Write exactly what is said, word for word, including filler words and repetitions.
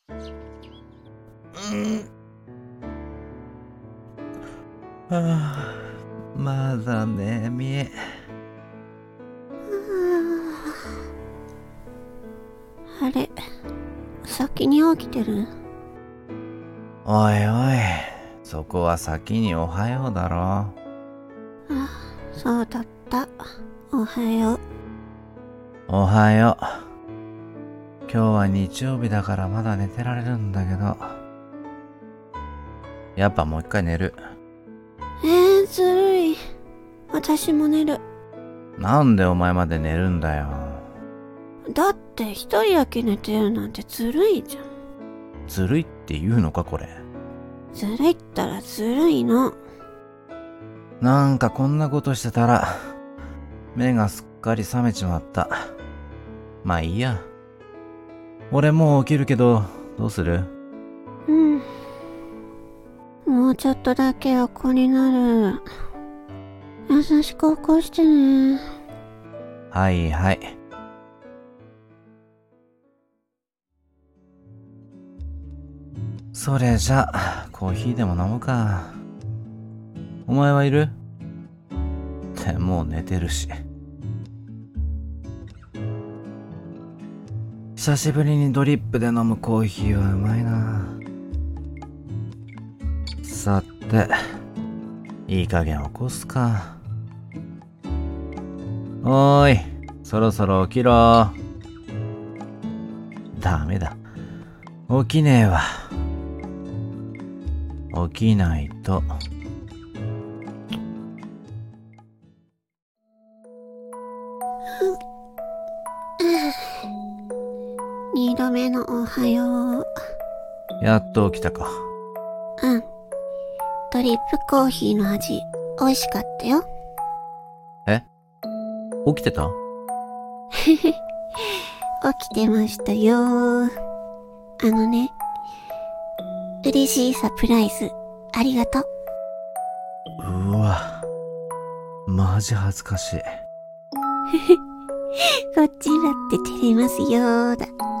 うんはあ、まだ眠い。 あれ、先に起きてる？ おいおい、そこは先におはようだろ。 あ、そうだった。おはよう。 おはよう。今日は日曜日だからまだ寝てられるんだけど、やっぱもう一回寝る。 えー、ずるい。私も寝る。 なんでお前まで寝るんだよ。 だって一人だけ寝てるなんてずるいじゃん。 ずるいって言うのかこれ。 ずるいったらずるいの。 なんかこんなことしてたら目がすっかり覚めちまった。まあいいや。俺もう起きるけどどうする？ うん。もうちょっとだけ横になる。優しく起こしてね。 はいはい。それじゃコーヒーでも飲むか。お前はいる？ってもう寝てるし。久しぶりにドリップで飲むコーヒーはうまいな。さて、いい加減起こすか。おーい、そろそろ起きろ。ダメだ、起きねえわ。起きないと。 二度目のおはよう。 やっと起きたか。 うん。ドリップコーヒーの味、美味しかったよ。 え？起きてた？ 起きてましたよ。あのね、嬉しいサプライズ、ありがとう。 うわ、マジ恥ずかしい。 こっちだって照れますよーだ。